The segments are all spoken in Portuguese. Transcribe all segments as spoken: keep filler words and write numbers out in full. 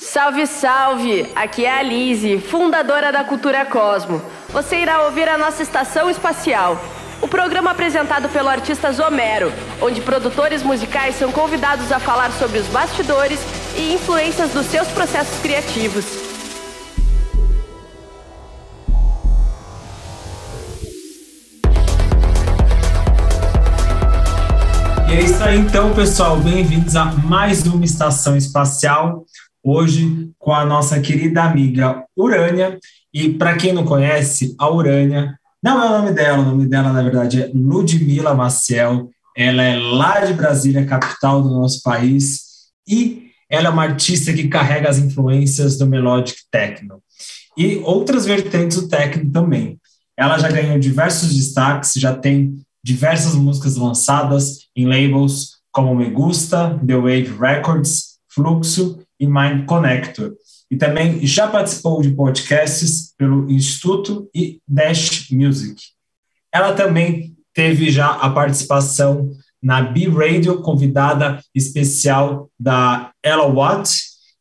Salve, salve! Aqui é a Lizzy, fundadora da Cultura Cosmo. Você irá ouvir a nossa Estação Espacial, o programa apresentado pelo artista Zomero, onde produtores musicais são convidados a falar sobre os bastidores e influências dos seus processos criativos. E é isso aí então, pessoal. Bem-vindos a mais uma Estação Espacial. Hoje com a nossa querida amiga Urânia. E para quem não conhece, a Urânia não é o nome dela, o nome dela na verdade é Ludmila Maciel. Ela é lá de Brasília, capital do nosso país, e ela é uma artista que carrega as influências do Melodic Techno e outras vertentes do techno também. Ela já ganhou diversos destaques, já tem diversas músicas lançadas em labels como Me Gusta, The Wave Records, Fluxo e Mind Connector. E também já participou de podcasts pelo Instituto e Dash Music. Ela também teve já a participação na B-Radio, convidada especial da Ella Watt,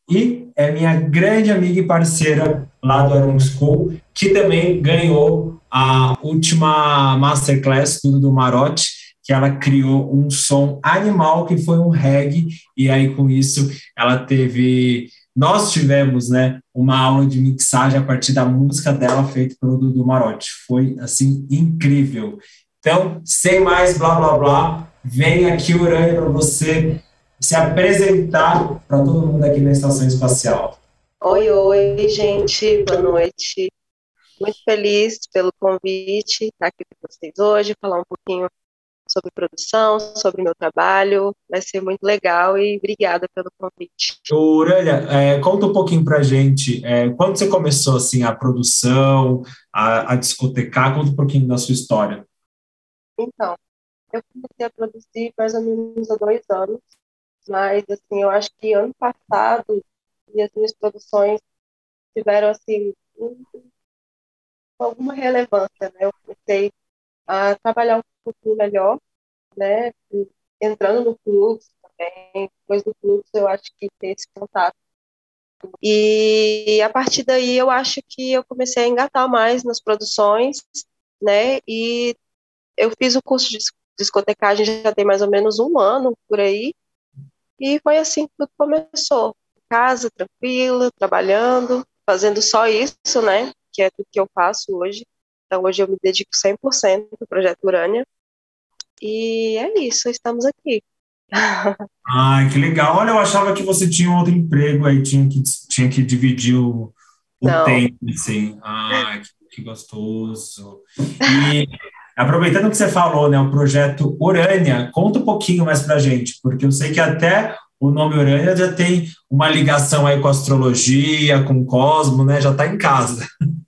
e é minha grande amiga e parceira lá do Arum School, que também ganhou a última Masterclass, tudo do Marotti, que ela criou um som animal que foi um reggae, e aí com isso ela teve, nós tivemos, né, uma aula de mixagem a partir da música dela feita pelo Dudu Marotti. Foi, assim, incrível. Então, sem mais blá blá blá, vem aqui, Urânia, para você se apresentar para todo mundo aqui na Estação Espacial. Oi, oi, gente, boa noite. Muito feliz pelo convite, estar aqui com vocês hoje, falar um pouquinho sobre produção, sobre meu trabalho. Vai ser muito legal e obrigada pelo convite. Urânia, é, conta um pouquinho pra gente, é, quando você começou assim, a produção, a, a discotecar, conta um pouquinho da sua história. Então, eu comecei a produzir mais ou menos há dois anos, mas assim, eu acho que ano passado e as minhas produções tiveram assim um, alguma relevância, né? Eu comecei a trabalhar um pouquinho melhor, né? Entrando no fluxo também, depois do fluxo eu acho que ter esse contato. E a partir daí eu acho que eu comecei a engatar mais nas produções, né? E eu fiz o curso de discotecagem já tem mais ou menos um ano por aí, e foi assim que tudo começou. Em casa, tranquila, trabalhando, fazendo só isso, né? Que é tudo que eu faço hoje. Então hoje eu me dedico cem por cento ao Projeto Urânia. E é isso, estamos aqui. Ai, que legal. Olha, eu achava que você tinha um outro emprego aí, tinha que, tinha que dividir o, o tempo, assim. Ai, que, que gostoso. E aproveitando que você falou, né, o projeto Urânia, conta um pouquinho mais pra gente, porque eu sei que até o nome Urânia já tem uma ligação aí com astrologia, com o cosmo, né, já tá em casa.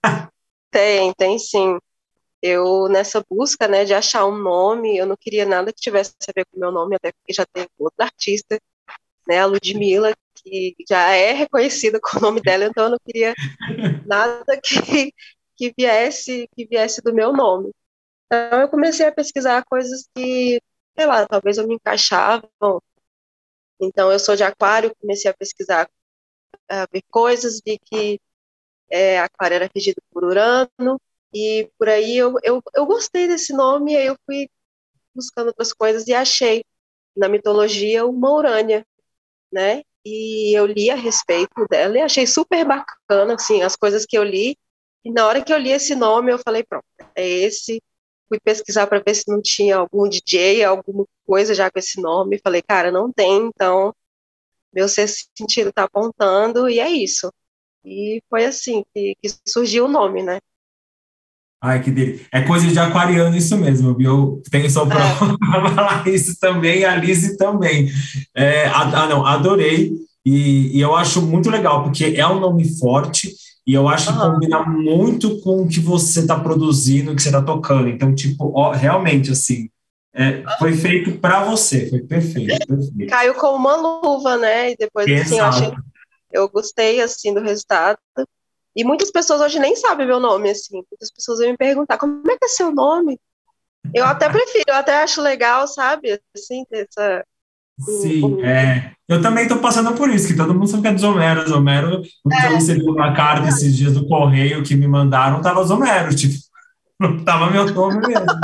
Tem, tem sim. Eu, nessa busca, né, de achar um nome, eu não queria nada que tivesse a ver com o meu nome, até porque já tem outra artista, né, a Ludmilla, que já é reconhecida com o nome dela, então eu não queria nada que, que, viesse, que viesse do meu nome. Então eu comecei a pesquisar coisas que, sei lá, talvez eu me encaixavam. Então eu sou de Aquário, comecei a pesquisar, a ver coisas, vi que é, Aquário era regido por Urano, e por aí eu, eu, eu gostei desse nome, aí eu fui buscando outras coisas e achei na mitologia uma Urânia, né? E eu li a respeito dela e achei super bacana, assim, as coisas que eu li. E na hora que eu li esse nome, eu falei, pronto, é esse. Fui pesquisar para ver se não tinha algum D J, alguma coisa já com esse nome. Falei, cara, não tem, então meu sexto sentido está apontando e é isso. E foi assim que, que surgiu o nome, né? Ai, que delícia. É coisa de aquariano isso mesmo, viu? Eu tenho só para é. falar isso também, a Lizzy também. É, ah, não, adorei. E, e eu acho muito legal, porque é um nome forte e eu acho que uhum. combina muito com o que você está produzindo, o que você está tocando. Então, tipo, ó, realmente, assim, é, foi feito para você, foi perfeito, perfeito. Caiu como uma luva, né? E depois, Exato. assim, eu achei, eu gostei, assim, do resultado. E muitas pessoas hoje nem sabem meu nome, assim. Muitas pessoas vêm me perguntar, como é que é seu nome? Eu até prefiro, eu até acho legal, sabe? Assim, ter essa, O, Sim, o- é. Eu também estou passando por isso, que todo mundo sabe que é dos Homeros. Homero, o que eu é, recebi uma carta esses dias do correio que me mandaram, tava os Homeros, tipo, não tava meu nome mesmo.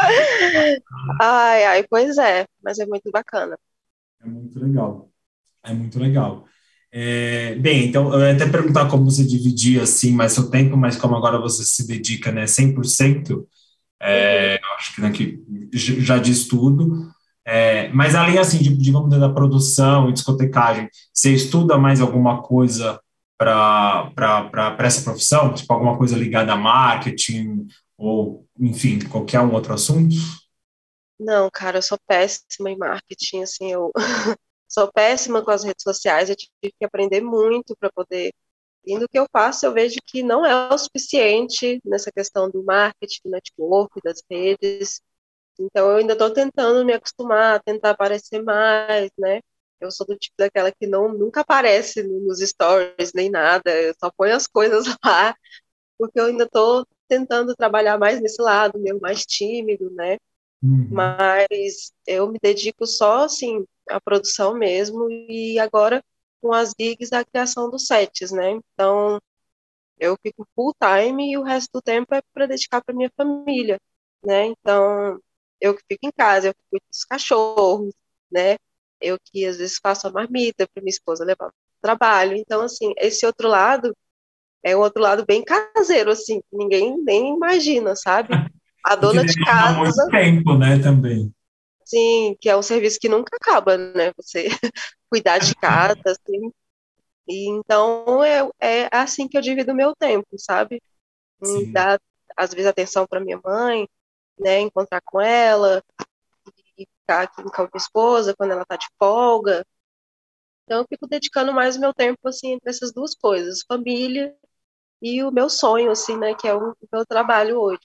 ai, ai, pois é, mas é muito bacana. É muito legal. É muito legal. É, bem, então, eu ia até perguntar como você dividia, assim, mais seu tempo, mas como agora você se dedica, né, cem por cento, Uhum. é, eu acho que, né, que j- já diz tudo. É, mas além, assim, de, de, vamos dizer, da produção e discotecagem, você estuda mais alguma coisa para essa profissão? Tipo, alguma coisa ligada a marketing ou, enfim, qualquer um outro assunto? Não, cara, eu sou péssima em marketing, assim, eu sou péssima com as redes sociais, eu tive que aprender muito para poder. E no que eu faço, eu vejo que não é o suficiente nessa questão do marketing, do network, das redes. Então, eu ainda estou tentando me acostumar, tentar aparecer mais, né? Eu sou do tipo daquela que não nunca aparece nos stories nem nada, eu só ponho as coisas lá, porque eu ainda estou tentando trabalhar mais nesse lado, meu mais tímido, né? Uhum. Mas eu me dedico só, assim, à produção mesmo, e agora com as gigs, à criação dos sets, né? Então, eu fico full time e o resto do tempo é para dedicar para minha família, né? Então, eu que fico em casa, eu que cuido dos cachorros, né? Eu que às vezes faço a marmita para minha esposa levar para o trabalho. Então, assim, esse outro lado é um outro lado bem caseiro, assim, que ninguém nem imagina, sabe? A E que dona de demanda muito casa, tempo, né, também. sim, que é um serviço que nunca acaba, né? Você cuidar de casa, assim. E então é, é assim que eu divido o meu tempo, sabe? Em Sim. dar, às vezes, atenção para minha mãe, né? Encontrar com ela, e ficar aqui com a minha esposa quando ela tá de folga. Então eu fico dedicando mais o meu tempo, assim, entre essas duas coisas, família e o meu sonho, assim, né? Que é o meu trabalho hoje.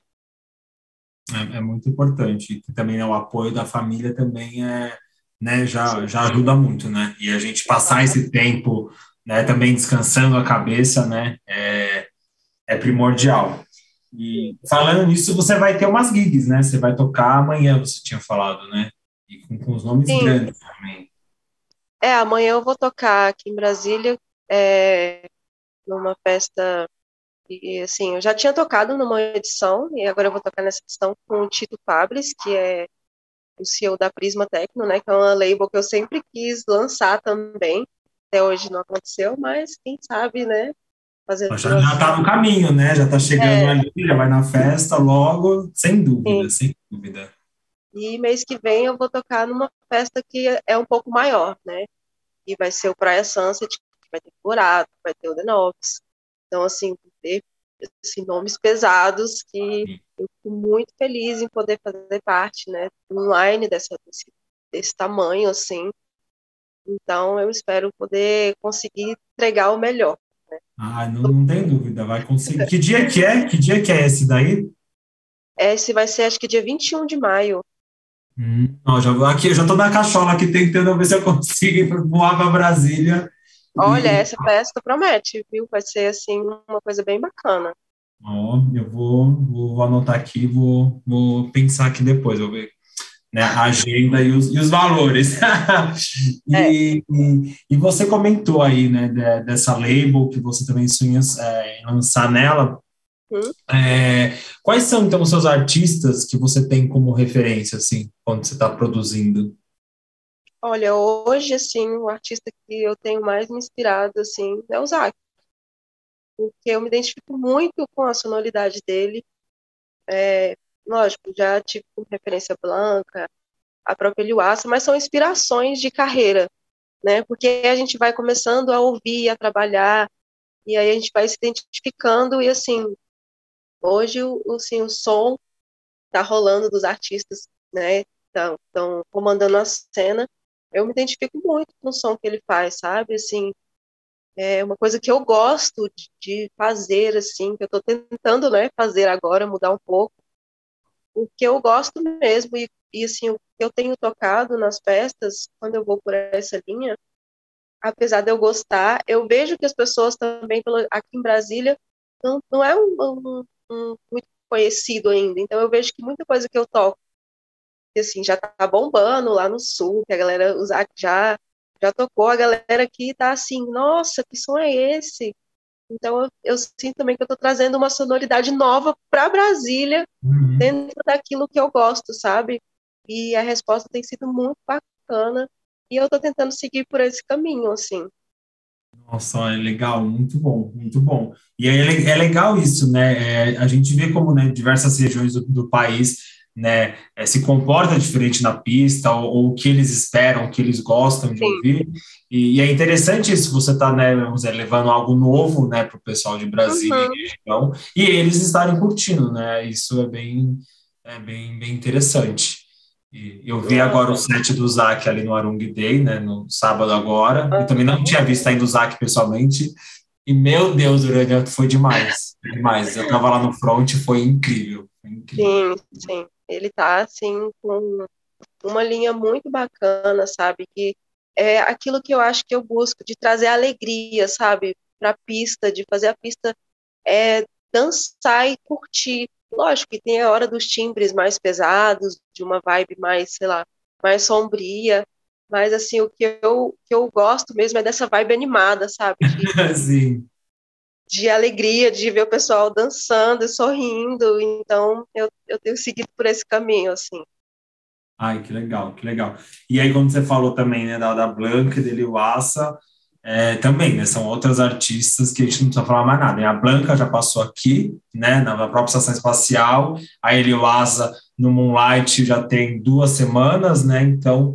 É, é muito importante. E também, né, o apoio da família também é, né, já, Sim, já ajuda muito, né? E a gente passar esse tempo, né, também descansando a cabeça, né, é, é primordial. E falando nisso, você vai ter umas gigs, né? Você vai tocar amanhã, você tinha falado, né? E com, com os nomes sim. grandes também. É, amanhã eu vou tocar aqui em Brasília, é, numa festa. E assim, eu já tinha tocado numa edição, e agora eu vou tocar nessa edição com o Tito Fabris, que é o C E O da Prisma Techno, né? Que é uma label que eu sempre quis lançar também. Até hoje não aconteceu, mas quem sabe, né? Fazendo Mas já já as. está no caminho, né? Já está chegando É, ali, já vai na festa logo, sem sim. dúvida, sem dúvida. E mês que vem eu vou tocar numa festa que é um pouco maior, né? E vai ser o Praia Sunset, que vai ter Dourado, vai ter o The Nox. Então, assim, ter assim, nomes pesados que eu fico muito feliz em poder fazer parte, né, online dessa, desse, desse tamanho, assim. Então, eu espero poder conseguir entregar o melhor. Ah, não, não tem dúvida, vai conseguir. Que dia que é? Que dia que é esse daí? Esse vai ser, acho que dia vinte e um de maio. Hum, ó, já vou aqui, eu já tô na cachola aqui tentando ver se eu consigo ir voar para Brasília. Olha, E essa festa promete, viu? Vai ser, assim, uma coisa bem bacana. ó, eu vou, vou anotar aqui, vou, vou pensar aqui depois, vou ver, né, a agenda e os, e os valores. É. E, e, e você comentou aí, né, de- dessa label que você também sonha é, em lançar nela. Hum. É, quais são, então, os seus artistas que você tem como referência, assim, quando você está produzindo? Olha, hoje, assim, o artista que eu tenho mais me inspirado, assim, é o Zac, porque eu me identifico muito com a sonoridade dele. É, lógico, já tive como referência Blanca, a própria Luassa, mas são inspirações de carreira, né? Porque a gente vai começando a ouvir, a trabalhar, e aí a gente vai se identificando, e assim, hoje o, o, assim, o som tá rolando dos artistas, né? Estão comandando a cena. Eu me identifico muito com o som que ele faz, sabe? Assim, é uma coisa que eu gosto de, de fazer, assim, que eu estou tentando, né, fazer agora, mudar um pouco, porque eu gosto mesmo, e, e assim, o que eu tenho tocado nas festas, quando eu vou por essa linha, apesar de eu gostar, eu vejo que as pessoas também, pelo, aqui em Brasília, não, não é um, um, um muito conhecido ainda, então eu vejo que muita coisa que eu toco que assim, já tá bombando lá no sul, que a galera usa, já, já tocou, a galera aqui tá assim, nossa, que som é esse? Então eu, eu sinto também que eu tô trazendo uma sonoridade nova para Brasília, Uhum. dentro daquilo que eu gosto, sabe? E a resposta tem sido muito bacana, e eu tô tentando seguir por esse caminho, assim. Nossa, é legal, muito bom, muito bom. E aí é, le- é legal isso, né? É, a gente vê como, né, diversas regiões do, do país, né, é, se comporta diferente na pista, ou, ou o que eles esperam, o que eles gostam de Sim. ouvir. E, e é interessante isso, você tá, né, vamos dizer, levando algo novo, né, para o pessoal de Brasília Uhum. e região, e eles estarem curtindo, né? Isso é bem, é bem, bem interessante. E eu vi agora o Nossa. set do Zac ali no Arung Day, né, no sábado agora, e também não tinha visto ainda o Zac pessoalmente, e meu Deus, Urânia, foi demais, foi demais. Eu tava lá no front, foi incrível, foi incrível. Sim, sim. Ele tá, assim, com uma linha muito bacana, sabe? Que é aquilo que eu acho que eu busco, de trazer alegria, sabe? Pra pista, de fazer a pista é, dançar e curtir. Lógico que tem a hora dos timbres mais pesados, de uma vibe mais, sei lá, mais sombria, mas, assim, o que eu, que eu gosto mesmo é dessa vibe animada, sabe? De, Sim. de alegria, de ver o pessoal dançando e sorrindo. Então, eu, eu tenho seguido por esse caminho, assim. Ai, que legal, que legal. E aí, quando você falou também, né, da, da Blanca, dele, o Assa, é, também, né, são outras artistas que a gente não precisa falar mais nada, né? A Blanca já passou aqui, né, na própria Estação Espacial, a Elioasa no Moonlight já tem duas semanas, né, então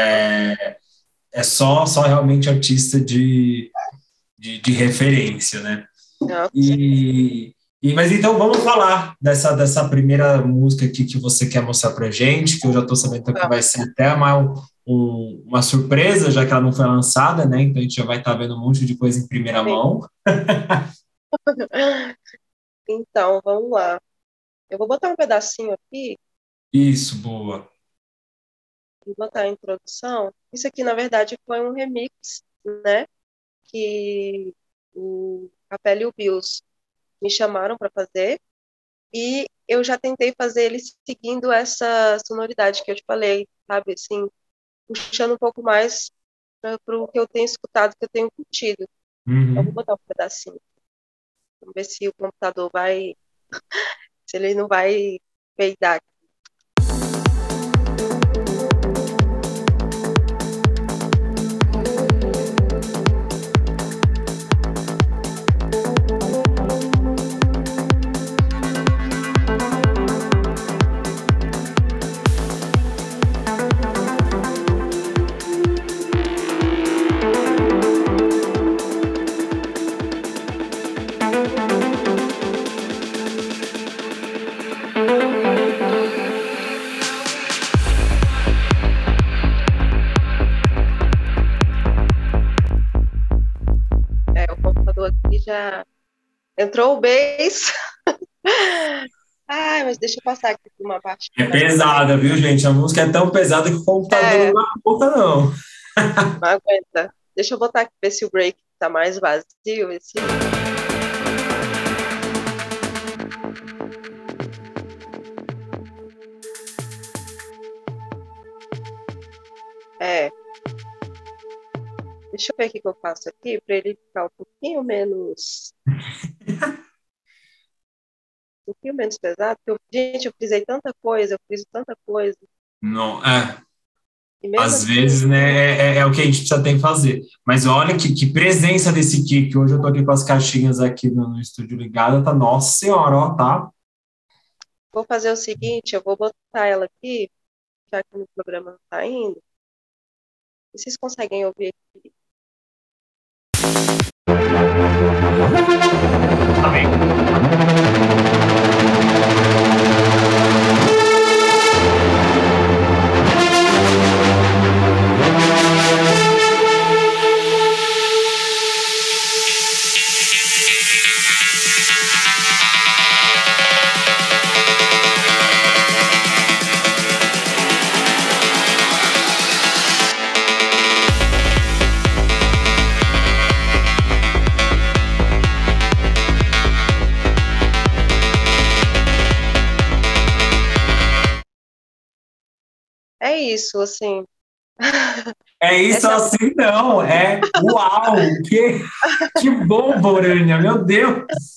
é, é só, só realmente artista de, de, de referência, né? Não, com certeza. E, e, mas então vamos falar dessa, dessa primeira música aqui que você quer mostrar pra gente, que eu já estou sabendo que vai ser até uma, um, uma surpresa, já que ela não foi lançada, né? Então a gente já vai estar vendo um monte de coisa em primeira Sim. mão. Então, vamos lá. Eu vou botar um pedacinho aqui, Isso, boa. vou botar a introdução. Isso aqui, na verdade, foi um remix, né? Que o Capela e o Bills me chamaram para fazer. E eu já tentei fazer ele seguindo essa sonoridade que eu te falei, sabe? Assim, puxando um pouco mais para o que eu tenho escutado, que eu tenho curtido. Então, vou Uhum. botar um pedacinho. Vamos ver se o computador vai, se ele não vai peidar. É, o computador aqui já entrou o bass. Ai, mas deixa eu passar aqui por uma parte É mais leve. pesada, viu, gente? A música é tão pesada que o computador É, não dá conta, não. não aguenta. Deixa eu botar aqui, ver se o break tá mais vazio. Esse... É, deixa eu ver o que que eu faço aqui para ele ficar um pouquinho menos, um pouquinho menos pesado. Porque eu, gente, eu frisei tanta coisa, eu fiz tanta coisa. Não, é. E mesmo Às assim, vezes, né, é, é é o que a gente precisa ter que fazer. Mas olha que, que presença desse kick. Hoje eu tô aqui com as caixinhas aqui no, no estúdio ligada, tá? Nossa senhora, ó, tá? vou fazer o seguinte, eu vou botar ela aqui, já que o programa não tá indo. E vocês conseguem ouvir aqui? Tá bem. isso, assim. É isso Essa assim, não. É uau! Que, que bom, Urânia, meu Deus!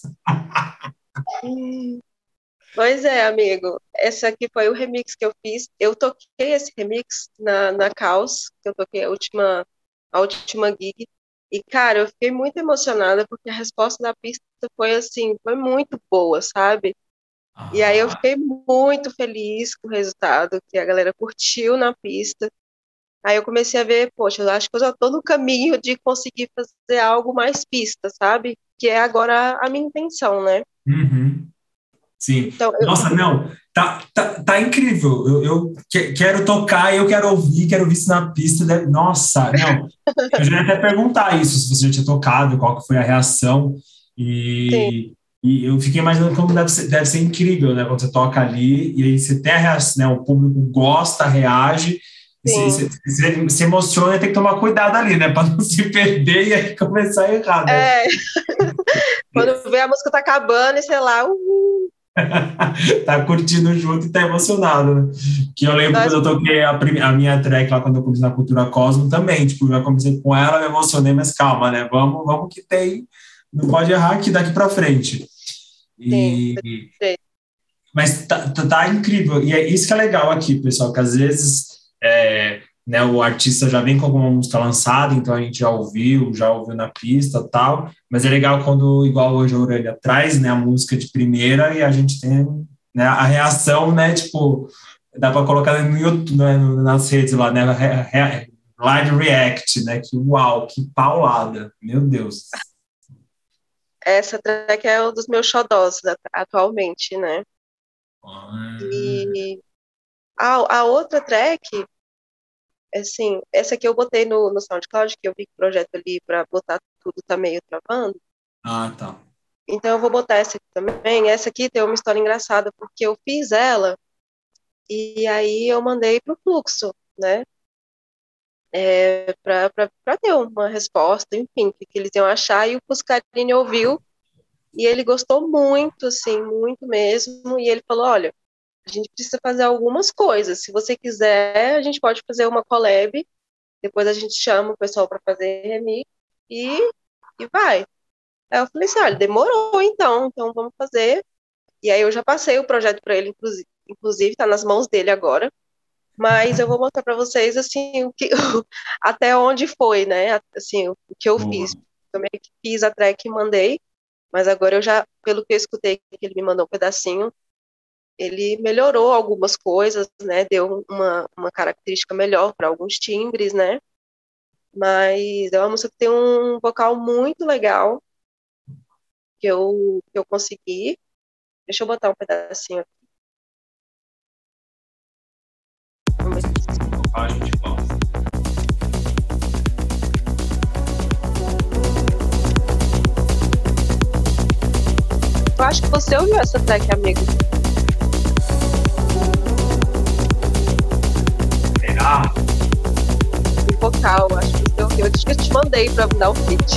Pois é, amigo. Esse aqui foi o remix que eu fiz. Eu toquei esse remix na, na Caos, que eu toquei a última, a última gig. E, cara, eu fiquei muito emocionada porque a resposta da pista foi assim, foi muito boa, sabe? E aí eu Ah, fiquei muito feliz com o resultado, que a galera curtiu na pista. Aí eu comecei a ver, poxa, eu acho que eu já tô no caminho de conseguir fazer algo mais pista, sabe? Que é agora a minha intenção, né? uhum. Sim. Então, eu, Nossa, não, tá, tá, tá incrível. Eu, eu que- quero tocar, eu quero ouvir, quero ouvir isso na pista. deve- Nossa, não. Eu já ia até perguntar isso, se você já tinha tocado, qual que foi a reação. sim, E, e eu fiquei imaginando como deve ser, deve ser incrível, né? Quando você toca ali e aí você tem a reação, né? O público gosta, reage, e você, sim. você, você se emociona e tem que tomar cuidado ali, né? Para não se perder e aí começar a errar, né? É, quando vê a música tá acabando e sei lá, uhul, Tá curtindo junto e tá emocionado, né? Que eu lembro quando nós, eu toquei a, prim- a minha track lá, quando eu comecei na Cultura Cosmo também, tipo, eu já comecei com ela, me emocionei, mas calma, né? Vamos, vamos que tem, não pode errar aqui daqui para frente. sim, E, mas tá, tá, tá incrível, e é isso que é legal aqui, pessoal, que às vezes é, né, o artista já vem com alguma música lançada, então a gente já ouviu, já ouviu na pista tal, mas é legal quando, igual hoje a Orelha traz, né, a música de primeira e a gente tem, né, a reação, né, tipo, dá para colocar no YouTube, né, nas redes lá, né, re- re- live react, né, que uau, que paulada, meu Deus. essa track é um dos meus xodós da- atualmente, né? Ah, E a, a outra track, assim, essa que eu botei no, no SoundCloud, que eu vi que o projeto ali para botar tudo tá meio travando, ah, tá. então eu vou botar essa aqui também. Essa aqui tem uma história engraçada, porque eu fiz ela e aí eu mandei pro Fluxo, né? É, para ter uma resposta, enfim, o que, que eles iam achar, e o Fuscarini ouviu, e ele gostou muito, assim, muito mesmo, e ele falou, olha, a gente precisa fazer algumas coisas, se você quiser, a gente pode fazer uma collab, depois a gente chama o pessoal para fazer remix, e, e vai. Aí eu falei assim, olha, demorou então, então vamos fazer, e aí eu já passei o projeto para ele, inclusive, inclusive tá nas mãos dele agora, mas eu vou mostrar para vocês assim o que até onde foi, né? Assim, o que eu Boa. fiz. Eu meio que fiz a track e mandei, mas agora eu já, pelo que eu escutei que ele me mandou um pedacinho, ele melhorou algumas coisas, né? Deu uma, uma característica melhor para alguns timbres, né? Mas é uma música que tem um vocal muito legal que eu, que eu consegui. Deixa eu botar um pedacinho aqui. Vamos ver se- A gente volta. Eu acho que você ouviu essa track, amigo. Será? O vocal, acho que você ouviu. Eu acho que eu te mandei para me dar o feat.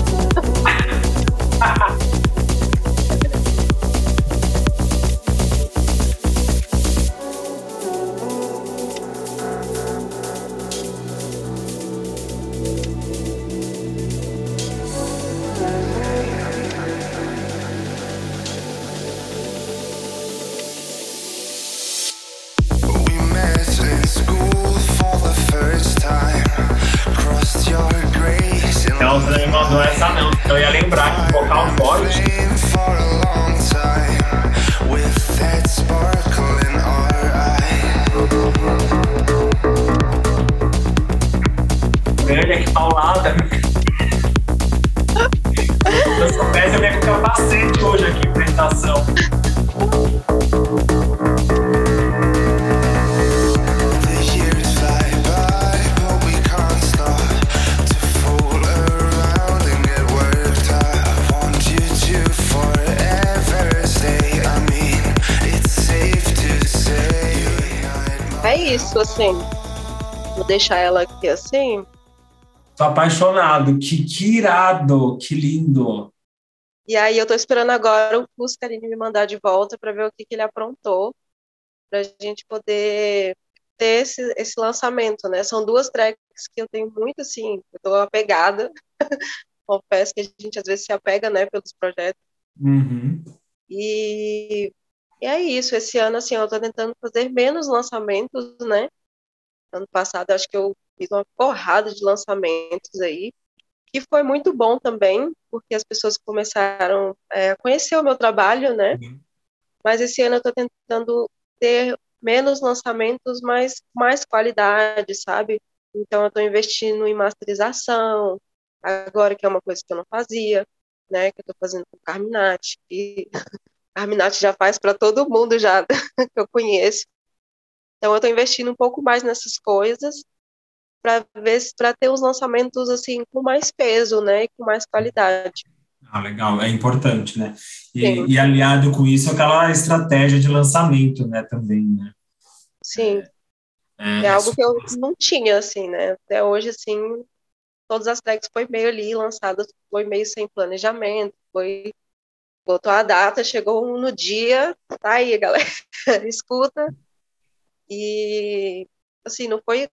We met in school for the first time. Crossed your grace in Então você não me mandou essa não. Então eu ia lembrar que vocal forte. flame for a long time. With that sparkle in our eye. Olha que paulada. Eu soubesse, eu ia com capacete hoje aqui, apresentação. The years fly by, but we can't stop to fool around and get worked up. I want you to forever stay. I mean, it's safe to say. É isso, assim. Vou deixar ela aqui assim. Tô apaixonado. Que, que irado, que lindo. E aí eu tô esperando agora o Fuscarini me mandar de volta para ver o que, que ele aprontou, pra gente poder ter esse, esse lançamento, né? São duas tracks que eu tenho muito, assim, eu tô apegada, confesso que a gente às vezes se apega, né, pelos projetos, Uhum. e, e é isso, esse ano, assim, eu tô tentando fazer menos lançamentos, né? Ano passado, acho que eu fiz uma porrada de lançamentos aí, que foi muito bom também, porque as pessoas começaram é, a conhecer o meu trabalho, né? Mas esse ano eu estou tentando ter menos lançamentos, mas mais qualidade, sabe? Então eu estou investindo em masterização, agora que é uma coisa que eu não fazia, né? Que eu estou fazendo com Carminati, e Carminati já faz para todo mundo já que eu conheço. Então eu estou investindo um pouco mais nessas coisas para ver para ter os lançamentos assim com mais peso, né? E com mais qualidade. Ah, legal, é importante, né? Sim, E, e aliado com isso, aquela estratégia de lançamento, né, também, né? sim. É É, é algo que super. eu não tinha, assim, né? Até hoje, assim, todas as tracks foi meio ali lançadas, foi meio sem planejamento, foi, botou a data, chegou no dia, tá aí, galera, escuta. E, assim, não foi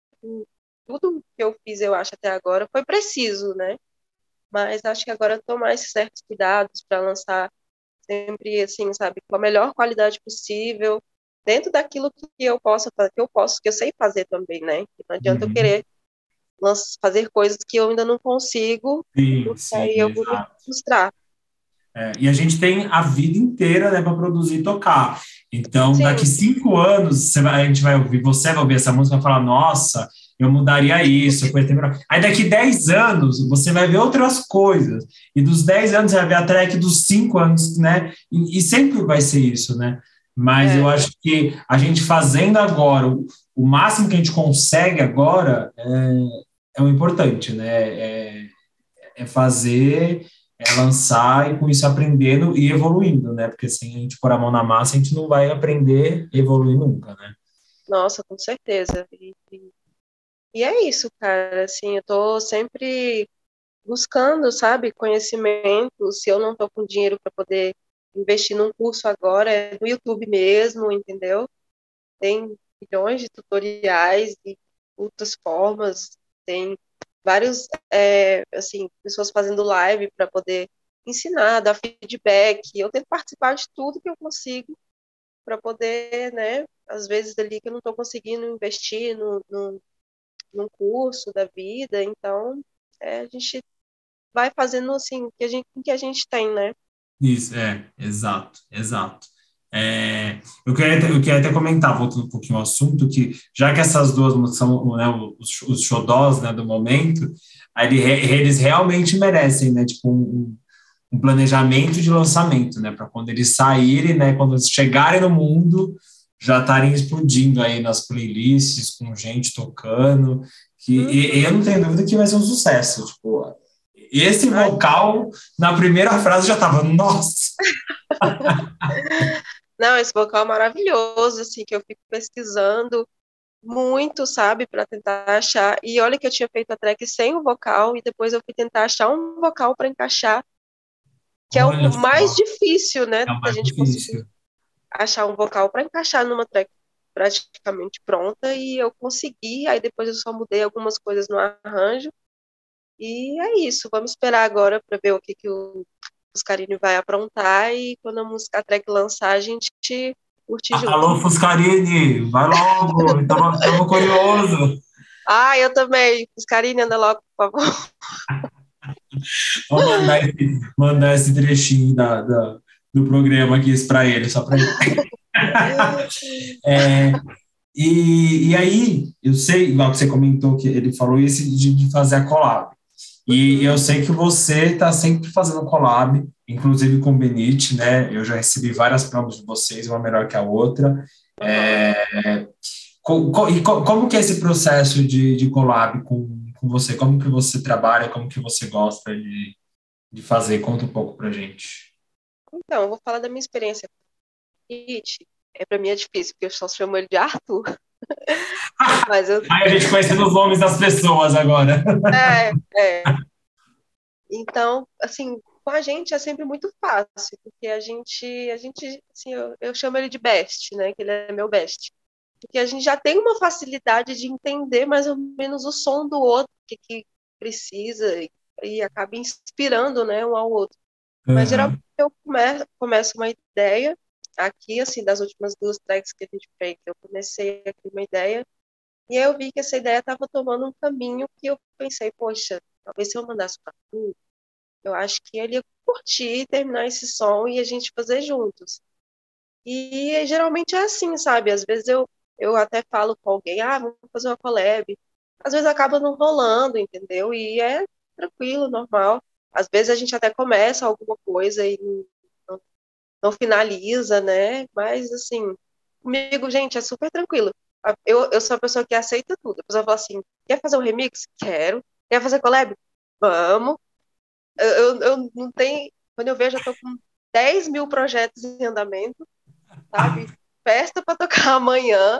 tudo que eu fiz, eu acho, até agora, foi preciso, né? Mas acho que agora eu tô mais certos cuidados para lançar sempre, assim, sabe, com a melhor qualidade possível, dentro daquilo que eu posso, que eu posso, que eu sei fazer também, né? Não adianta eu Uhum. querer fazer coisas que eu ainda não consigo, Sim, porque sim, aí eu vou me exato. frustrar. É, e a gente tem a vida inteira, né, para produzir e tocar. Então, Sim, daqui cinco anos, você vai- a gente vai ouvir, você vai ouvir essa música e vai falar, nossa, eu mudaria isso. Coisa tem melhor. Aí daqui dez anos, você vai ver outras coisas. E dos dez anos, você vai ver a track dos cinco anos, né? E, e sempre vai ser isso, né? Mas eu é, acho que a gente fazendo agora, o, o máximo que a gente consegue agora é, é o importante, né? É, é fazer, é lançar e com isso aprendendo e evoluindo, né? Porque sem a gente pôr a mão na massa, a gente não vai aprender e evoluir nunca, né? nossa, com certeza. E, e, e é isso, cara, assim, eu tô sempre buscando, sabe, conhecimento, se eu não tô com dinheiro para poder investir num curso agora, é no YouTube mesmo, entendeu? Tem milhões de tutoriais e outras formas, tem vários, é, assim, pessoas fazendo live para poder ensinar, dar feedback. Eu tento participar de tudo que eu consigo para poder, né, às vezes ali que eu não estou conseguindo investir no, no, num curso da vida, então é, a gente vai fazendo assim o que a gente, o que a gente tem, né? Isso, é, exato, exato. É, eu queria, até- eu queria até comentar, voltando um pouquinho ao assunto, que já que essas duas músicas são, né, os, os xodós, né, do momento, aí ele- eles realmente merecem, né, tipo, um, um planejamento de lançamento, né, para quando eles saírem, né, quando eles chegarem no mundo, já estarem explodindo aí nas playlists, com gente tocando, que e, e eu Uhum. não tenho dúvida que vai ser um sucesso, tipo, esse Ai, vocal na primeira frase já tava, nossa. não, esse vocal é maravilhoso, assim, que eu fico pesquisando muito, sabe, para tentar achar. E olha que eu tinha feito a track sem o vocal e depois eu fui tentar achar um vocal para encaixar, que é o Olha mais só, difícil, né, é o da mais gente conseguir difícil. achar um vocal para encaixar numa track praticamente pronta e eu consegui. Aí depois eu só mudei algumas coisas no arranjo e é isso. Vamos esperar agora para ver o que que o Oscarine vai aprontar e quando a música a track lançar a gente curte junto. Alô, Fuscarini, vai logo, estamos curioso. Ah, eu também. Oscarine, anda logo, por favor. Vou mandar esse, mandar esse trechinho da, da- do programa aqui para ele, só para ele. É, e, e aí, eu sei, igual que você comentou que ele falou isso de, de fazer a collab. E Uhum. eu sei que você está sempre fazendo collab, inclusive com o Benite, né? Eu já recebi várias promos de vocês, uma melhor que a outra. Uhum. Co- co- e co- como que é esse processo de, de collab com, com você? Como que você trabalha? Como que você gosta de, de fazer? Conta um pouco pra gente. Então, eu vou falar da minha experiência com o It. É, para mim é difícil, porque eu só chamo ele de Arthur. Mas eu. Aí a gente conhecendo os nomes das pessoas agora. É, é. Então, assim, com a gente é sempre muito fácil, porque a gente, a gente, assim, eu, eu chamo ele de best, né? Que ele é meu best. porque a gente já tem uma facilidade de entender mais ou menos o som do outro, o que, que precisa, e, e acaba inspirando, né, um ao outro. Mas Aham. geralmente eu come, começo uma ideia, aqui, assim, das últimas duas tracks que a gente fez, eu comecei aqui uma ideia, e aí eu vi que essa ideia estava tomando um caminho que eu pensei, poxa, talvez se eu mandasse para tu, eu acho que ele ia curtir, terminar esse som e a gente fazer juntos. E geralmente é assim, sabe? Às vezes eu, eu até falo com alguém, ah, vamos fazer uma collab. Às vezes acaba não rolando, entendeu? E é tranquilo, normal. Às vezes a gente até começa alguma coisa e não, não finaliza, né? Mas, assim, comigo, gente, é super tranquilo. Eu, eu sou a pessoa que aceita tudo. A pessoa fala assim, quer fazer um remix? Quero. Quer fazer collab? Vamos. Eu, eu, eu não tenho... Quando eu vejo, eu tô com dez mil projetos em andamento, sabe? Festa para tocar amanhã.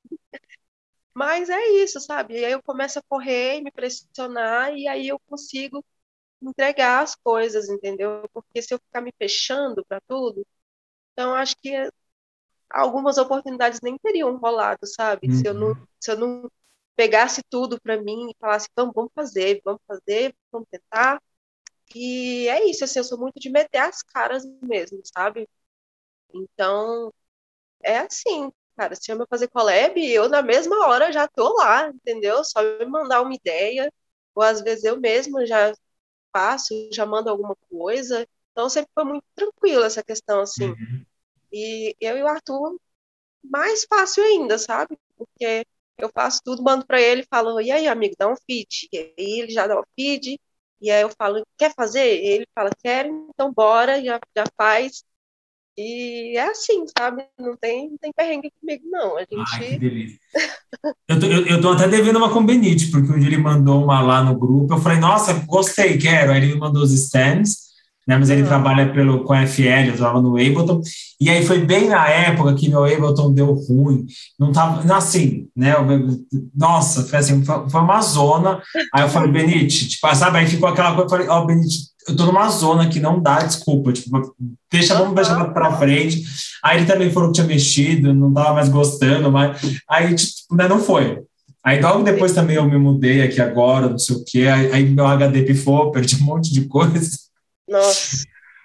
Mas é isso, sabe? E aí eu começo a correr e me pressionar, e aí eu consigo entregar as coisas, entendeu? Porque se eu ficar me fechando para tudo, então acho que algumas oportunidades nem teriam rolado, sabe? Se eu não, Uhum. se eu não pegasse tudo para mim e falasse, então vamos fazer, vamos fazer, vamos tentar. E é isso, assim, eu sou muito de meter as caras mesmo, sabe? Então, é assim, cara, se chama fazer collab, eu na mesma hora já tô lá, entendeu? Só me mandar uma ideia, ou às vezes eu mesma já faço, já mando alguma coisa. Então sempre foi muito tranquilo essa questão, assim. Uhum. E eu e o Arthur, mais fácil ainda, sabe? Porque eu faço tudo, mando pra ele, falo, e aí, amigo, dá um feed. E aí ele já dá um feed, e aí eu falo, quer fazer? E ele fala, quero, então bora, já, já faz. E é assim, sabe? Não tem, não tem perrengue comigo, não. A Ai, que gente. delícia. Eu tô, eu, eu tô até devendo uma com o Benite, porque um dia ele mandou uma lá no grupo. Eu falei, nossa, gostei, quero. Aí ele me mandou os stands, né? Mas ele Uhum. trabalha pelo, com a F L, eu estava no Ableton. E aí foi bem na época que meu Ableton deu ruim. Não tava, assim, né? eu- Nossa, foi assim, foi, foi uma zona. Aí eu falei, Benite, tipo, sabe? Aí ficou aquela coisa, eu falei, ó, Benite, eu tô numa zona que não dá, desculpa, tipo, deixa, vamos deixar Uhum. para frente. Aí ele também falou que tinha mexido, não tava mais gostando, mas aí, tipo, né, não foi. Aí logo depois também eu me mudei aqui agora, não sei o quê, aí, aí meu H D pifou, perdi um monte de coisa. Nossa.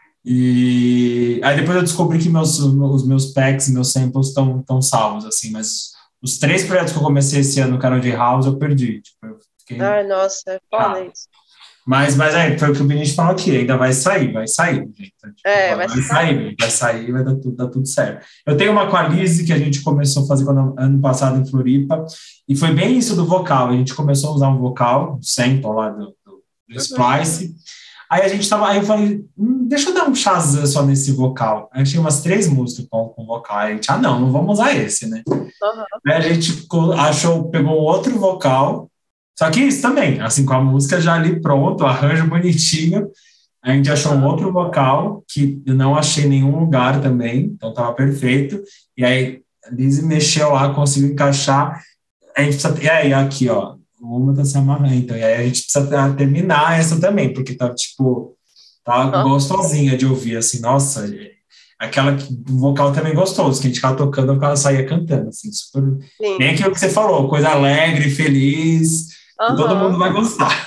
E aí depois eu descobri que meus, os meus packs, meus samples estão estão salvos, assim, mas os três projetos que eu comecei esse ano, no canal de House, eu perdi. Tipo, eu fiquei Ai, nossa, é foda chato. isso. Mas, mas é, foi o que o Vinícius falou aqui, ainda vai sair, vai sair, gente. Então, tipo, É, vai vai vai sair. sair, vai sair, vai dar tudo, dar tudo certo. Eu tenho uma com a Lizzy que a gente começou a fazer quando, ano passado em Floripa, e foi bem isso do vocal. A gente começou a usar um vocal, um sample lá do, do, do Uhum. Splice. Aí a gente tava, aí eu falei, hum, deixa eu dar um Shazam só nesse vocal. Aí tinha umas três músicas com, com vocal. Aí a gente, ah, não, não vamos usar esse, né? Uhum. Aí a gente co- achou, pegou outro vocal, só que isso também, assim, com a música já ali pronto, arranjo bonitinho. A gente achou um Uhum. outro vocal que eu não achei em nenhum lugar também, então tava perfeito. E aí a Lizzy mexeu lá, conseguiu encaixar. A gente precisa, e aí, aqui, ó, uma tá se amarrando. Então, e aí a gente precisa ter- terminar essa também, porque tá, tipo, tá Uhum. gostosinha de ouvir, assim, nossa, aquela que- o vocal também gostoso, que a gente ficava tocando, o cara saía cantando, assim, super, Sim. bem aquilo que você falou, coisa alegre, feliz, que todo mundo Aham. vai gostar.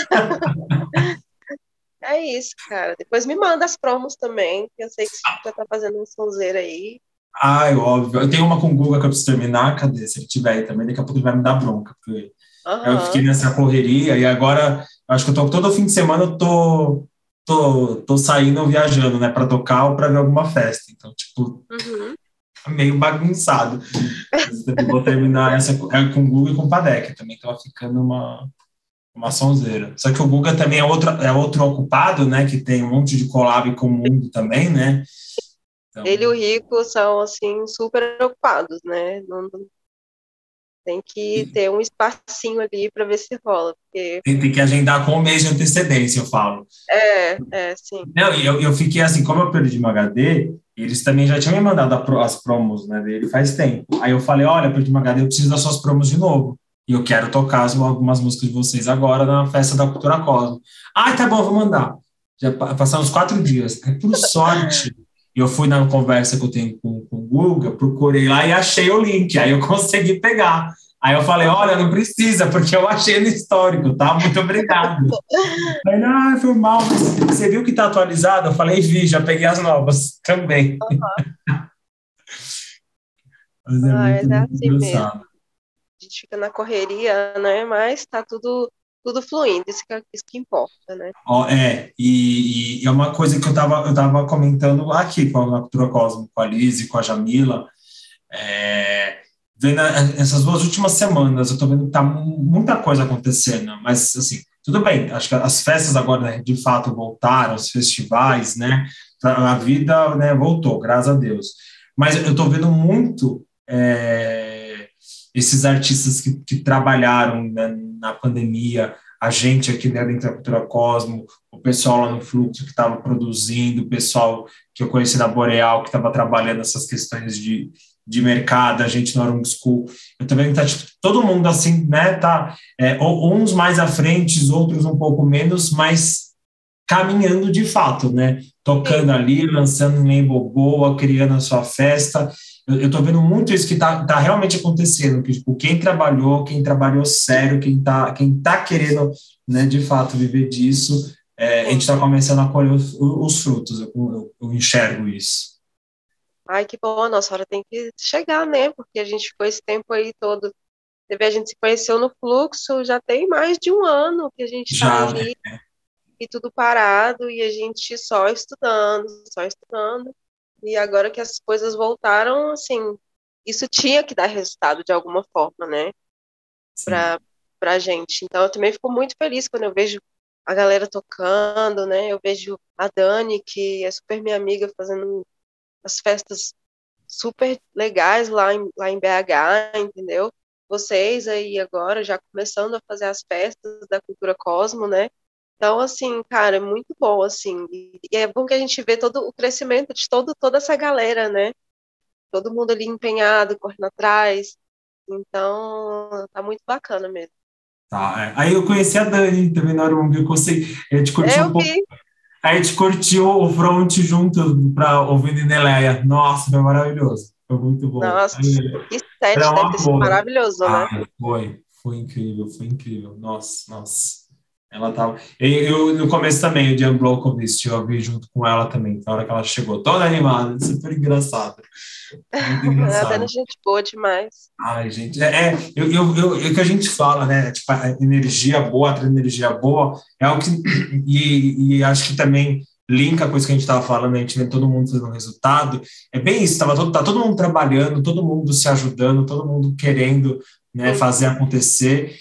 É isso, cara. Depois me manda as promos também, que eu sei que você já tá fazendo um sonzeiro aí. Ai, óbvio. Eu tenho uma com o Guga que eu preciso terminar, cadê? Se ele tiver aí também, daqui a pouco ele vai me dar bronca, porque eu fiquei Aham. nessa correria e agora acho que eu tô todo fim de semana eu tô tô, tô saindo viajando, né, para tocar ou para ver alguma festa. Então, tipo, Uhum. meio bagunçado. Mas eu vou terminar essa com é com o Guga e com o Padec também, tava ficando uma uma sonzeira. Só que o Guga também é outro é outro ocupado, né, que tem um monte de collab com o mundo também, né? Ele e Então, o Rico são, assim, super ocupados, né? Não, não- tem que ter um espacinho ali para ver se rola, porque tem, tem que agendar com um mês de antecedência, eu falo. é, é, sim. Não, e eu, eu fiquei assim, como eu perdi meu H D, eles também já tinham me mandado a pro- as promos, né, dele faz tempo. Aí eu falei, olha, perdi meu H D, eu preciso das suas promos de novo. E eu quero tocar as- algumas músicas de vocês agora na festa da Cultura Cosmo. Ah, tá bom, vou mandar. Já pa- passaram uns quatro dias. Aí, por sorte, eu fui na conversa que eu tenho com, com Google, procurei lá e achei o link, aí eu consegui pegar. Aí eu falei, olha, não precisa, porque eu achei no histórico, tá? Muito obrigado. Aí, ah, foi mal, você viu que tá atualizado? Eu falei, vi, já peguei as novas também. Mas é Ah, muito, é muito assim mesmo. engraçado. A gente fica na correria, né? Mas tá tudo, tudo fluindo, isso que, isso que importa, né? Ó, é, e, e é uma coisa que eu tava, eu tava comentando aqui com a Cultura Cosmo, com a Liz e com a Jamila, é, vendo a- essas duas últimas semanas, eu tô vendo que tá mu- muita coisa acontecendo, mas, assim, tudo bem, acho que as festas agora, né, de fato, voltaram, os festivais, né, a vida, né, voltou, graças a Deus. Mas eu tô vendo muito é, esses artistas que, que trabalharam, né, na pandemia, a gente aqui, né, dentro da Cultura Cosmo, o pessoal lá no Fluxo que estava produzindo, o pessoal que eu conheci na Boreal, que estava trabalhando essas questões de, de mercado, a gente no Arung School. Eu também tá, tipo, todo mundo assim, né, tá, é, uns mais à frente, outros um pouco menos, mas caminhando de fato, né? Sim. Tocando ali, lançando em Label Boa, criando a sua festa. Eu, eu tô vendo muito isso que tá, tá realmente acontecendo, que tipo, quem trabalhou, quem trabalhou sério, quem tá, quem tá querendo, né, de fato viver disso, é, a gente Sim. está começando a colher os, os frutos, eu, eu, eu enxergo isso. Ai, que bom, a nossa hora tem que chegar, né? Porque a gente ficou esse tempo aí todo. Teve, a gente se conheceu no Fluxo, já tem mais de um ano que a gente está Já, né? ali e tudo parado e a gente só estudando, só estudando. E agora que as coisas voltaram, assim, isso tinha que dar resultado de alguma forma, né? Sim. Pra, pra gente. Então eu também fico muito feliz quando eu vejo a galera tocando, né? Eu vejo a Dani, que é super minha amiga, fazendo as festas super legais lá em, lá em B H, entendeu? Vocês aí agora já começando a fazer as festas da Cultura Cosmo, né? Então, assim, cara, é muito bom, assim, e, e é bom que a gente vê todo o crescimento de todo, toda essa galera, né? Todo mundo ali empenhado, correndo atrás. Então, tá muito bacana mesmo. Tá, é. Aí eu conheci a Dani também na hora que eu consegui, a gente curtiu um Eu pouco. vi, Aí a gente curtiu o front junto para ouvindo Neleia. Nossa, foi maravilhoso. Foi muito bom. nossa, Aí, que era set, um deve ter sido amor. maravilhoso, né? Ai, foi. Foi incrível, foi incrível. Nossa, nossa. Ela tava. Eu, eu, no começo também, o de Unblock eu vi junto com ela também, na hora que ela chegou, toda animada, super engraçado. Muito A Dani, engraçado. é gente boa demais. Ai, gente, é, é, eu, eu, eu, é o que a gente fala, né? Tipo, a energia boa, a energia boa, é algo que, e, e acho que também linka com isso que a gente estava falando, a gente vê todo mundo fazendo resultado, é bem isso, tava todo, tá todo mundo trabalhando, todo mundo se ajudando, todo mundo querendo, né, Sim. fazer acontecer,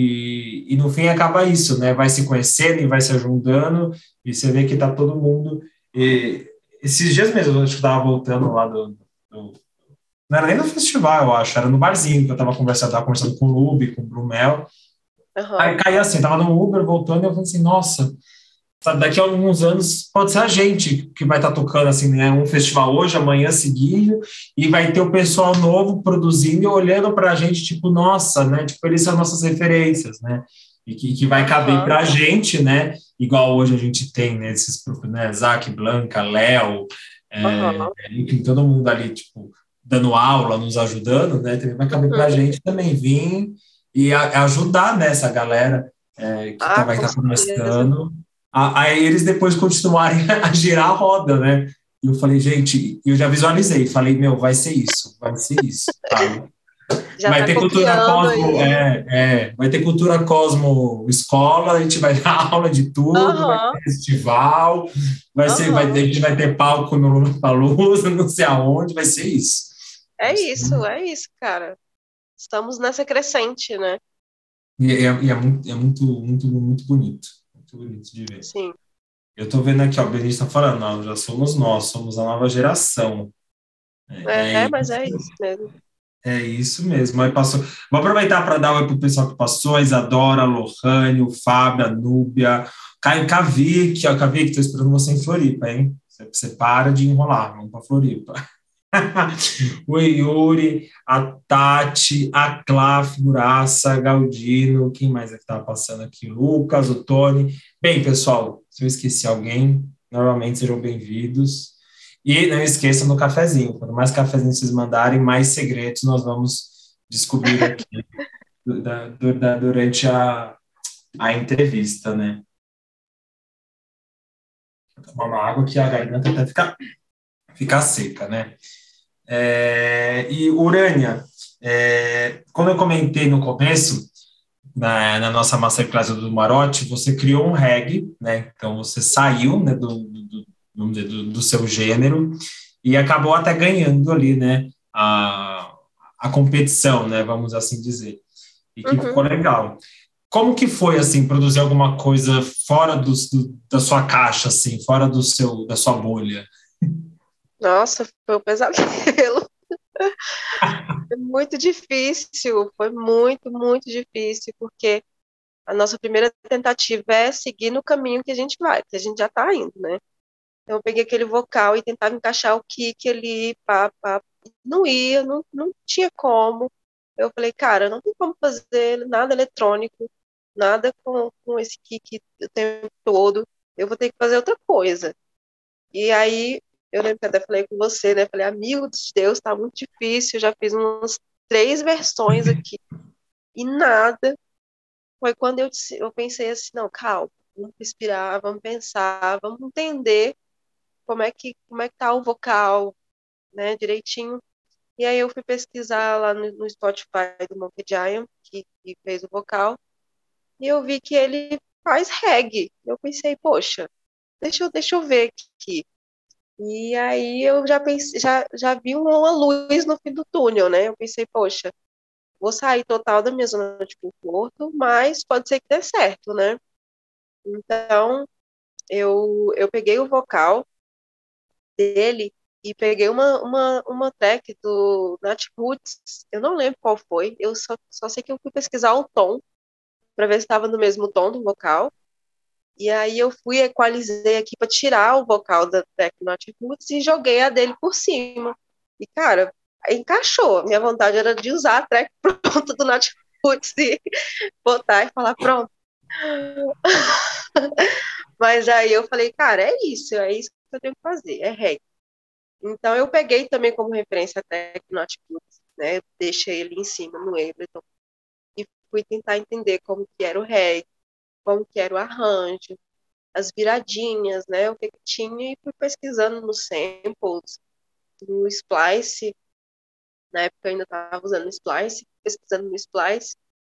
e, e no fim acaba isso, né? Vai se conhecendo e vai se ajudando, e você vê que tá todo mundo. E, esses dias mesmo, eu acho que eu estava voltando lá do, do não era nem no festival, eu acho, era no barzinho que eu tava conversando, tava conversando com o Lube, com o Brumel. Aham. Aí caí assim, tava no Uber voltando e eu falei assim, nossa, sabe, daqui a alguns anos pode ser a gente que vai estar tocando assim, né, um festival hoje, amanhã seguido, e vai ter o pessoal novo produzindo e olhando pra gente, tipo, nossa, né, tipo, eles são nossas referências, né, e que, que vai caber Aham. pra gente, né, igual hoje a gente tem, né, esses, né, Zac, Blanca, Léo, é, Aham. enfim, todo mundo ali, tipo, dando aula, nos ajudando, né, também vai caber pra Uhum. gente também vir e a, ajudar nessa galera é, que tá, Ah, vai com estar certeza. começando a, a eles depois continuarem a girar a roda, né? E eu falei, gente, eu já visualizei, falei, meu, vai ser isso, vai ser isso, sabe? Já Vai tá ter cultura copiando Cosmo, aí. é, é, vai ter cultura Cosmo escola, a gente vai dar aula de tudo, vai Aham. ter festival, vai ser, vai, a Aham. gente vai ter palco no Lollapalooza, não sei aonde, vai ser isso. É isso, é isso, cara. Estamos nessa crescente, né? E é, e é muito, é muito, muito, muito bonito, muito bonito de ver. Sim. Eu tô vendo aqui, ó, o Benício está falando, não, já somos nós, somos a nova geração. É, É, é, mas é isso mesmo. é isso mesmo. Aí passou. Vou aproveitar para dar um oi pro pessoal que passou, a Isadora, a Lohane, o Fábio, a Núbia, Caio Cavic, ó, Cavic, tô esperando você em Floripa, hein? Você, você para de enrolar, vamos para Floripa. O Yuri, a Tati, a Clá, figuraça, Galdino, quem mais é que estava passando aqui? Lucas, o Tony. Bem, pessoal, se eu esqueci alguém, normalmente sejam bem-vindos. E não esqueçam do cafezinho. Quanto mais cafezinho vocês mandarem, mais segredos nós vamos descobrir aqui du- da- du- da- durante a, a entrevista, né? Vou tomar uma água que a garganta até ficar, ficar seca, né? É, e Urânia, é, quando eu comentei no começo, na, na nossa masterclass do Marote, você criou um reggae, né? Então você saiu, né, do, do, vamos dizer, do, do seu gênero e acabou até ganhando ali, né, a, a competição, né, vamos assim dizer, e que ficou Uhum. legal. Como que foi, assim, produzir alguma coisa fora do, do, da sua caixa, assim, fora do seu, da sua bolha? Nossa, foi um pesadelo. Foi muito difícil, foi muito, muito difícil, porque a nossa primeira tentativa é seguir no caminho que a gente vai, que a gente já tá indo, né? Então eu peguei aquele vocal e tentava encaixar o kick ali, pá, pá. Não ia, não, não tinha como. Eu falei, cara, não tem como fazer nada eletrônico, nada com, com esse kick o tempo todo. Eu vou ter que fazer outra coisa. E aí, eu lembro que até falei com você, né? Falei, amigo de Deus, tá muito difícil. Eu já fiz umas três versões aqui e nada. Foi quando eu, disse- eu pensei assim, não, calma, vamos respirar, vamos pensar, vamos entender como é que, como é que tá o vocal, né, direitinho. E aí eu fui pesquisar lá no, no Spotify do Monkey Giant, que, que fez o vocal, e eu vi que ele faz reggae. Eu pensei, poxa, deixa eu, deixa eu ver aqui. E aí eu já pensei, já, já vi uma luz no fim do túnel, né? Eu pensei, poxa, vou sair total da minha zona de conforto, mas pode ser que dê certo, né? Então, eu, eu peguei o vocal dele e peguei uma, uma, uma track do Nat Roots, eu não lembro qual foi, eu só, só sei que eu fui pesquisar o tom, para ver se estava no mesmo tom do vocal, e aí eu fui, equalizei aqui para tirar o vocal da track do Nat Roots e joguei a dele por cima. E, cara, encaixou. Minha vontade era de usar a track pronta do Nat Roots e botar e falar, pronto. Mas aí eu falei, cara, é isso, é isso que eu tenho que fazer, é reggae. Então eu peguei também como referência até o Notebooks, né? Eu deixei ele em cima no Ableton e fui tentar entender como que era o reggae, como que era o arranjo, as viradinhas, né? O que, que tinha e fui pesquisando nos samples, no Splice, na época eu ainda estava usando o Splice, pesquisando no Splice,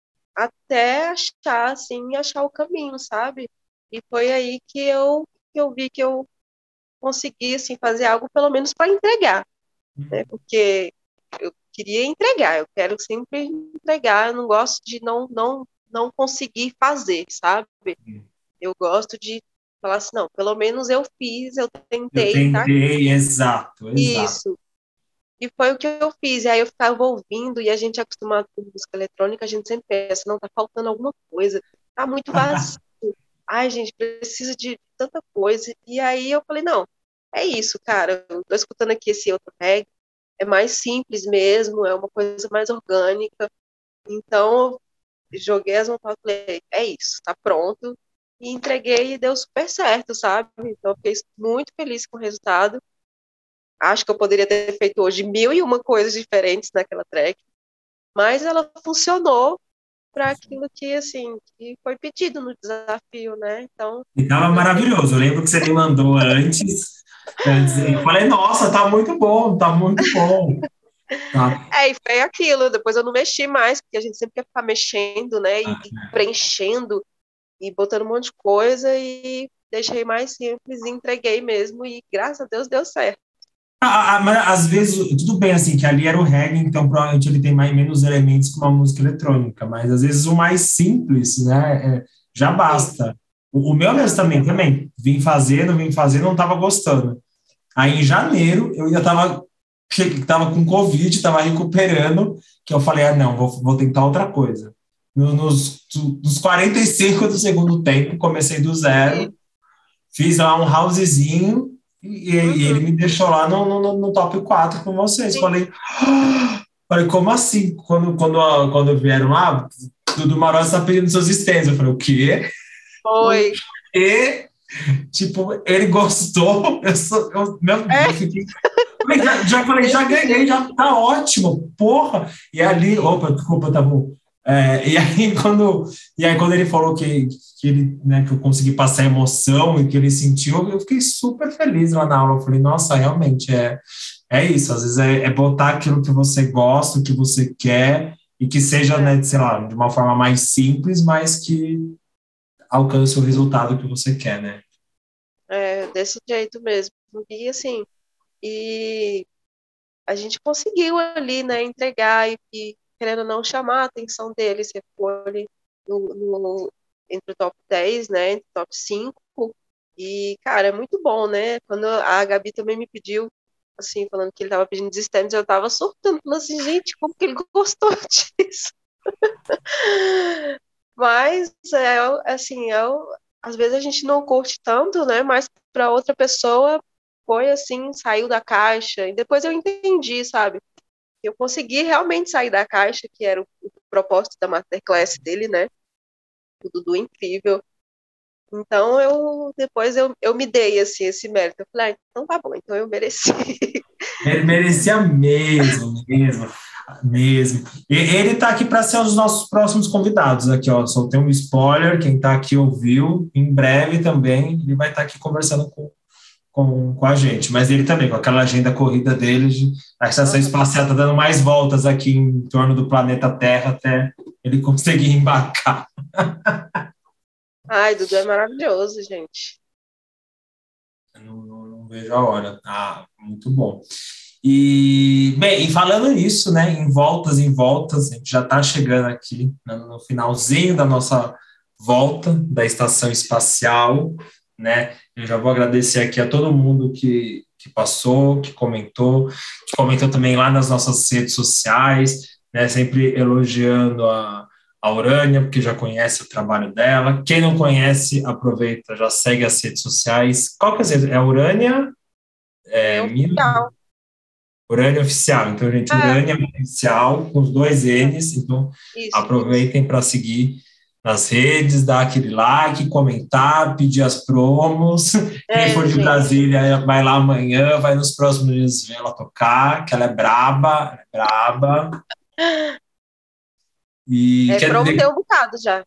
até achar, assim, achar o caminho, sabe? E foi aí que eu, que eu vi que eu consegui, assim, fazer algo pelo menos para entregar, né? Porque eu queria entregar, eu quero sempre entregar, eu não gosto de não, não, não conseguir fazer, sabe? Eu gosto de falar assim, não, pelo menos eu fiz, eu Eu tentei, tá? tentei, exato, exato. Isso. E foi o que eu fiz. E aí eu ficava ouvindo, e a gente é acostumado com música eletrônica, a gente sempre pensa, não, tá faltando alguma coisa, tá muito vazio. Ai, gente, precisa de tanta coisa. E aí eu falei, não, é isso, cara. Eu tô escutando aqui esse outro reggae, é mais simples mesmo, é uma coisa mais orgânica. Então, eu joguei as mãos e falei, é isso, tá pronto. E entreguei e deu super certo, sabe? Então, eu fiquei muito feliz com o resultado. Acho que eu poderia ter feito hoje mil e uma coisas diferentes naquela track, mas ela funcionou para aquilo que, assim, que foi pedido no desafio, né? Então, E tava eu fiquei... maravilhoso. Eu lembro que você me mandou antes, antes e falei, nossa, tá muito bom, tá muito bom. Tá. É, e foi aquilo. Depois eu não mexi mais, porque a gente sempre quer ficar mexendo, né? E, e preenchendo e botando um monte de coisa e deixei mais simples e entreguei mesmo. E graças a Deus deu certo. Ah, ah, mas às vezes, tudo bem, assim, que ali era o reggae, então provavelmente ele tem mais, menos elementos que uma música eletrônica, mas às vezes o mais simples, né, é, já Sim. basta. O, o meu mesmo também, também, vim fazendo, vim fazendo, não estava gostando. Aí em janeiro, eu ainda estava tava com Covid, estava recuperando, que eu falei, ah, não, vou, vou tentar outra coisa. No- Nos, nos quarenta e cinco do segundo tempo, comecei do E, zero, fiz lá um housezinho, e, e ele uhum, me deixou lá no, no, no top quatro com vocês. sim, Falei, "Ah!" Falei, como assim? Quando, quando, quando vieram lá, Dudu Marozzi está pedindo seus stands. Eu falei, o quê? O foi. quê? Tipo, ele gostou, eu, sou, eu, meu Deus, eu É, fiquei. Já, já falei, já desse ganhei, jeito. já tá ótimo, porra. E ali, opa, desculpa, tá bom. É, e aí quando, e aí quando ele falou que, que ele, né, que eu consegui passar emoção e que ele sentiu, eu fiquei super feliz lá na aula. Eu falei, nossa, realmente é, é isso. Às vezes é, é botar aquilo que você gosta, o que você quer e que seja, É, né, sei lá, de uma forma mais simples, mas que alcance o resultado que você quer, né? é, desse jeito mesmo. E assim, e a gente conseguiu ali, né, entregar e, e querendo ou não chamar a atenção dele, você ficou ali no, no- entre o top dez, né, entre o top cinco, e, cara, é muito bom, né, quando a Gabi também me pediu, assim, falando que ele tava pedindo stems, eu tava surtando, falando assim, gente, como que ele gostou disso? Mas, é, assim, eu, às vezes a gente não curte tanto, né, mas para outra pessoa foi assim, saiu da caixa, e depois eu entendi, sabe? Eu consegui realmente sair da caixa, que era o, o propósito da masterclass dele, né? O Dudu incrível. Então eu depois eu, eu me dei assim esse mérito. Eu falei, ah, então tá bom, então eu mereci. Ele merecia mesmo, mesmo, mesmo. E ele está aqui para ser um dos nossos próximos convidados aqui, ó. Soltei um spoiler, quem está aqui ouviu. Em breve também ele vai estar aqui conversando com, com, com a gente. Mas ele também, com aquela agenda corrida dele, de- a estação Aham. espacial está dando mais voltas aqui em torno do planeta Terra até ele conseguir embarcar. Ai, Dudu é maravilhoso, gente. Eu Não, não, não vejo a hora. Ah, muito bom. E, bem, e falando nisso, né, em voltas, em voltas, a gente já está chegando aqui no no finalzinho da nossa volta da estação espacial, né? Eu já vou agradecer aqui a todo mundo que, que passou, que comentou, que comentou também lá nas nossas redes sociais, né? Sempre elogiando a, a Urânia, porque já conhece o trabalho dela. Quem não conhece, aproveita, já segue as redes sociais. Qual que é a rede? É a Urânia? É É, oficial. Urânia Oficial. Então, gente, É, Urânia Oficial, com os dois N's. Então, isso, isso. aproveitem para seguir nas redes, dar aquele like, comentar, pedir as promos. Quem for É, de gente. Brasília, vai lá amanhã, vai nos próximos dias ver ela tocar, que ela é braba, é braba. E É, quer promo tem dizer, um bocado já.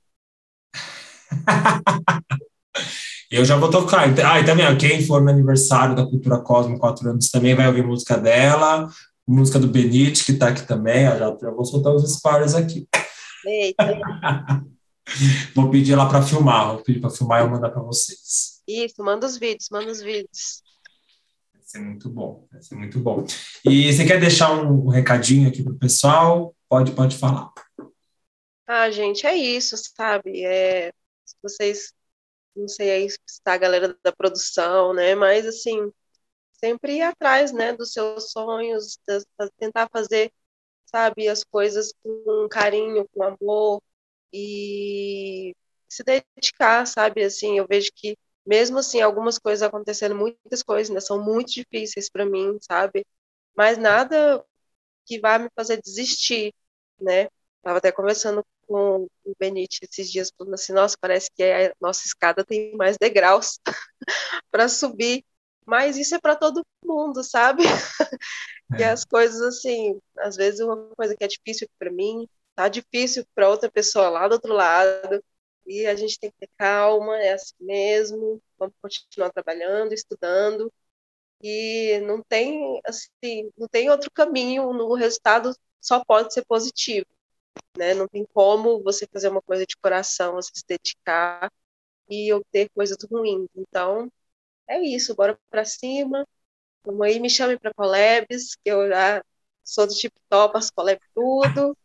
eu já vou tocar. Ah, e também, ó, quem for no aniversário da Cultura Cosmo, quatro anos, também vai ouvir música dela, música do Benite, que está aqui também. Ó, já, já vou soltar os spoilers aqui. Eita. Vou pedir ela para filmar, vou pedir para filmar e eu mandar para vocês. Isso, manda os vídeos, manda os vídeos. Vai ser muito bom, vai ser muito bom. E você quer deixar um, um recadinho aqui para o pessoal? Pode, pode falar. Ah, gente, é isso, sabe? É, se vocês, não sei aí se está a galera da produção, né? Mas, assim, sempre ir atrás, né, dos seus sonhos, das- das- tentar fazer, sabe, as coisas com carinho, com amor e se dedicar, sabe? Assim, eu vejo que, mesmo assim, algumas coisas acontecendo, muitas coisas ainda são muito difíceis para mim, sabe? Mas nada que vai me fazer desistir, né? Estava até conversando com o Benite esses dias, falando assim, nossa, parece que a nossa escada tem mais degraus para subir, mas isso é para todo mundo, sabe? Que É, as coisas assim, às vezes uma coisa que é difícil para mim, tá difícil para outra pessoa lá do outro lado, e a gente tem que ter calma, é assim mesmo, vamos continuar trabalhando, estudando, e não tem assim, não tem outro caminho, no resultado só pode ser positivo, né? Não tem como você fazer uma coisa de coração, você se dedicar e obter coisas ruins. Então, é isso, bora para cima. Vamos aí, me chame para collabs, que eu já sou do tipo top, as collab tudo.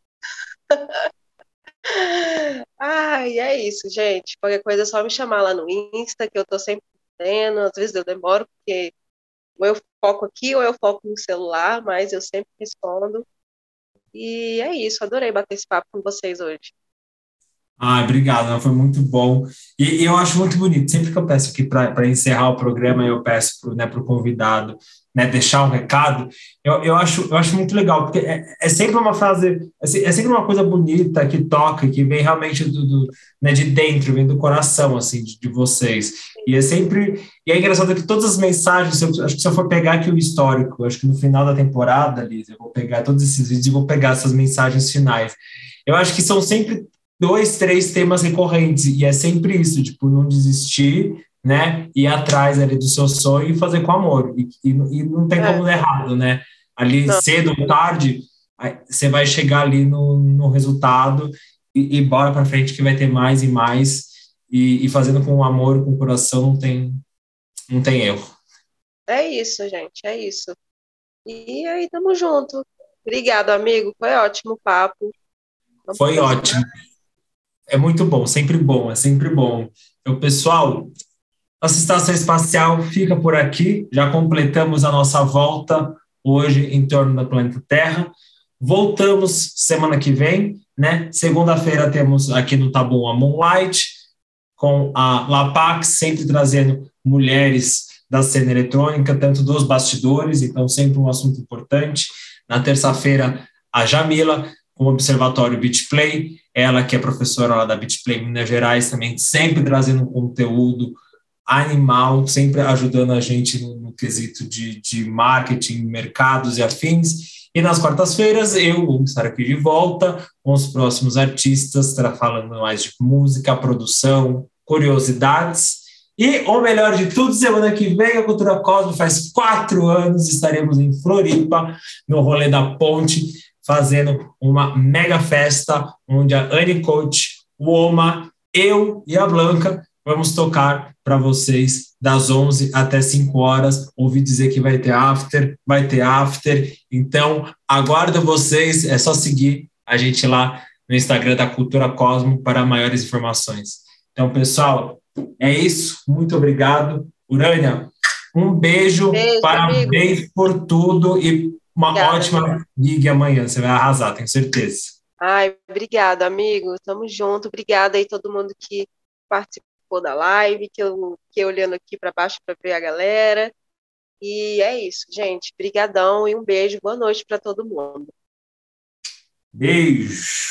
Ai, é isso, gente. Qualquer coisa é só me chamar lá no Insta, que eu tô sempre vendo. Às vezes eu demoro, porque ou eu foco aqui ou eu foco no celular, mas eu sempre respondo. E é isso, adorei bater esse papo com vocês hoje. Ah, obrigado, não, foi muito bom. E, e eu acho muito bonito. Sempre que eu peço aqui para encerrar o programa, eu peço para o né, pro convidado né, deixar um recado, eu, eu, acho, eu acho muito legal, porque é, é sempre uma frase, é, se- é sempre uma coisa bonita que toca, que vem realmente do, do, né, de dentro, vem do coração, assim, de, de vocês. E é sempre. E é engraçado que todas as mensagens, se eu- acho que se eu for pegar aqui o histórico, acho que no final da temporada, Liz, eu vou pegar todos esses vídeos e vou pegar essas mensagens finais. Eu acho que são sempre dois, três temas recorrentes, e é sempre isso, tipo, não desistir, né, ir atrás ali do seu sonho e fazer com amor, e, e, e não tem É, como dar errado, né, ali não, cedo ou tarde, aí você vai chegar ali no, no resultado, e, e bora para frente que vai ter mais e mais, e, e fazendo com amor, com o coração, não tem, não tem erro. é isso, gente, é isso. E aí, tamo junto. Obrigado, amigo. Foi ótimo o papo. Vamos Foi continuar. ótimo, é muito bom, sempre bom, é sempre bom. Então, pessoal, nossa estação espacial fica por aqui. Já completamos a nossa volta hoje em torno do planeta Terra. Voltamos semana que vem, né? Segunda-feira temos aqui no Tabu a Moonlight, com a Lapax, sempre trazendo mulheres da cena eletrônica, tanto dos bastidores, então sempre um assunto importante. Na terça-feira, a Jamila, com o Observatório Beatplay, ela que é professora lá da Beatplay Minas Gerais, também sempre trazendo um conteúdo animal, sempre ajudando a gente no, no quesito de, de marketing, mercados e afins. E nas quartas-feiras eu vou estar aqui de volta com os próximos artistas, estará falando mais de música, produção, curiosidades. E o melhor de tudo, semana que vem, a Cultura Cosmo faz quatro anos, estaremos em Floripa, no Rolê da Ponte, fazendo uma mega festa, onde a Anne Coach, o Oma, eu e a Blanca vamos tocar para vocês das onze até cinco horas. Ouvi dizer que vai ter after, vai ter after. Então, aguardo vocês. É só seguir a gente lá no Instagram da Cultura Cosmo para maiores informações. Então, pessoal, é isso. Muito obrigado. Urânia, um beijo, Beijo, amigo. parabéns por tudo e uma Obrigada, amigo. ótima gig amanhã. Você vai arrasar, tenho certeza. Ai, obrigada, amigo. Tamo junto. Obrigada aí todo mundo que participou da live, que eu fiquei olhando aqui para baixo para ver a galera. E é isso, gente. Brigadão e um beijo. Boa noite para todo mundo. Beijo.